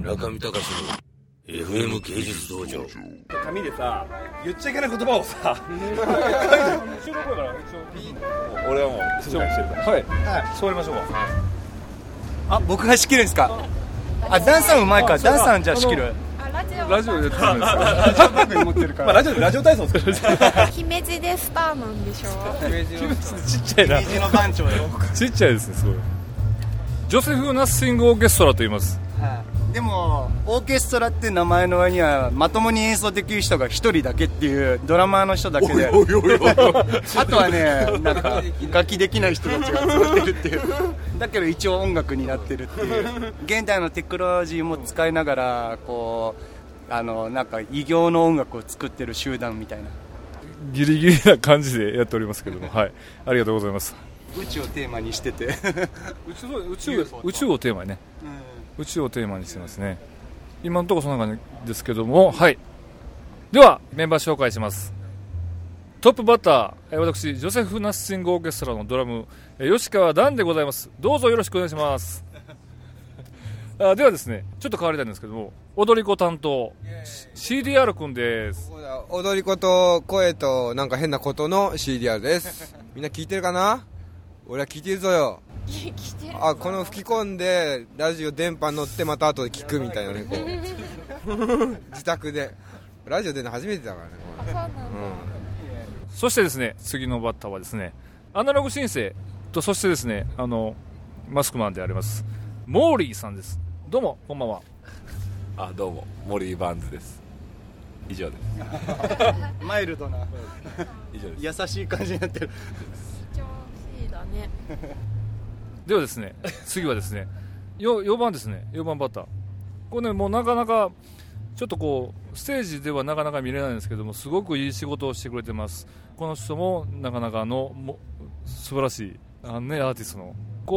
中見隆の FM 芸術道場。 紙でさ、言っちゃいけない言葉をさ収録だから俺はもう静かにしてるから。はい、座りましょうか。 あ、僕が仕切るんですか。あ、ダンさんうまいからダンさんじゃあ仕切る。 ラジオでやってるんですか。ラジオ番組持ってるから、ラジオ体操ですか。 姫路でスターなんでしょ。 姫路ちっちゃいな。 姫路の番長よ。 ちっちゃいですね、すごい。ジョセフ・ナッシング・オーケストラと言います。 でもオーケストラって名前の割にはまともに演奏できる人が一人だけっていうドラマーの人だけで、あとはね、なんか楽器できない人たちが集まってるっていう。だけど一応音楽になってるっていう現代のテクノロジーも使いながらこうなんか異形の音楽を作ってる集団みたいな、 ギリギリな感じでやっておりますけども、はい、ありがとうございます。 宇宙をテーマにしてて宇宙をテーマにね、宇宙をテーマにしてますね。今のところそんな感じですけども、はい。ではメンバー紹介します。トップバッター、私ジョセフ・ナッシング・オーケストラのドラム、吉川段でございます。どうぞよろしくお願いしますではですね、ちょっと変わりたいんですけども、踊り子担当 CDR 君です。 踊り子と声となんか変なことの CDR です。みんな聞いてるかな。俺は聞いてるぞよ。あ、この吹き込んでラジオ電波に乗ってまた後で聞くみたいなね、こう自宅でラジオ出るの初めてだからね。 そしてですね、次のバッターはですね、アナログ申請と、そしてですね、マスクマンでありますモーリーさんです。どうもこんばんは。 あ、どうもモーリーバーンズです。以上ですマイルドな以上です。 優しい感じになってる。 調子だね。 ではですね、次はですね、4番ですね、4番バッター。これね、もうなかなかちょっとこうステージではなかなか見れないんですけども、すごくいい仕事をしてくれてます。この人もなかなか素晴らしいアーティストの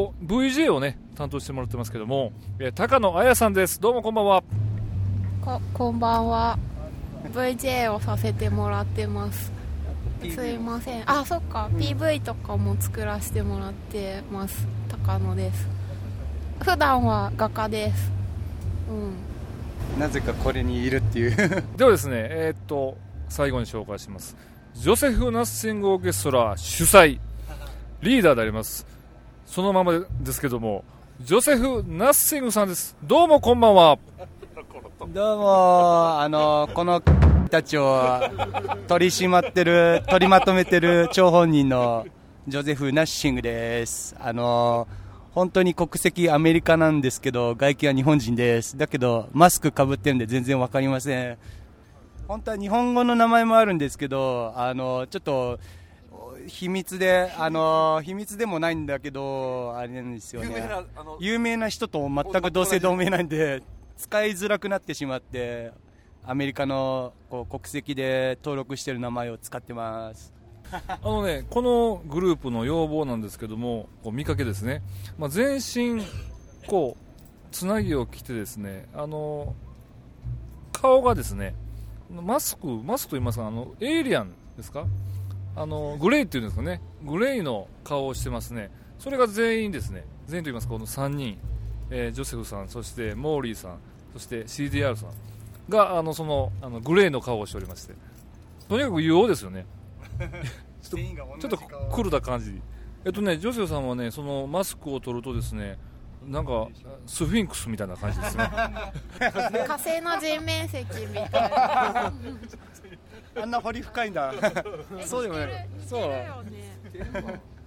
VJ をね担当してもらってますけども、高野彩さんです。どうもこんばんは。 こんばんは。VJ をさせてもらってます。すいません。あ、そっか、PV とかも作らせてもらってます。高野です。普段は画家です。 なぜかこれにいるっていうではですね、最後に紹介します。ジョセフ・ナッシング・オーケストラ主催リーダーであります、そのままですけども、ジョセフ・ナッシングさんです。どうもこんばんは。 どうもこのたちを取りまとめてる張本人のジョセフ・ナッシングです。本当に国籍アメリカなんですけど、外見は日本人です。だけどマスクかぶってるんで全然わかりません。本当は日本語の名前もあるんですけど、ちょっと秘密でもないんだけど、あれなんですよね、有名な人と全く同姓同名なんで使いづらくなってしまって、アメリカの国籍で登録している名前を使ってます。 このグループの要望なんですけども、見かけですね、全身つなぎを着てですね、顔がですね、マスクといいますか、エイリアンですか、グレイっていうんですかね、グレイの顔をしてますね。それが全員ですね、全員といいますか、この3人、ジョセフさん、そしてモーリーさん、そして CDR さんがグレイの顔をしておりまして、とにかく異様ですよねちょっとクールな感じ。ジョセフさんはね、そのマスクを取るとですね、なんかスフィンクスみたいな感じですね火星の人面石みたいなあんな掘り深いんだそうでもない。そう似てるよね。似てない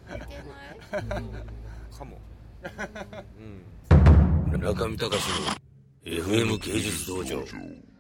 かも中見隆の FM 芸術道場。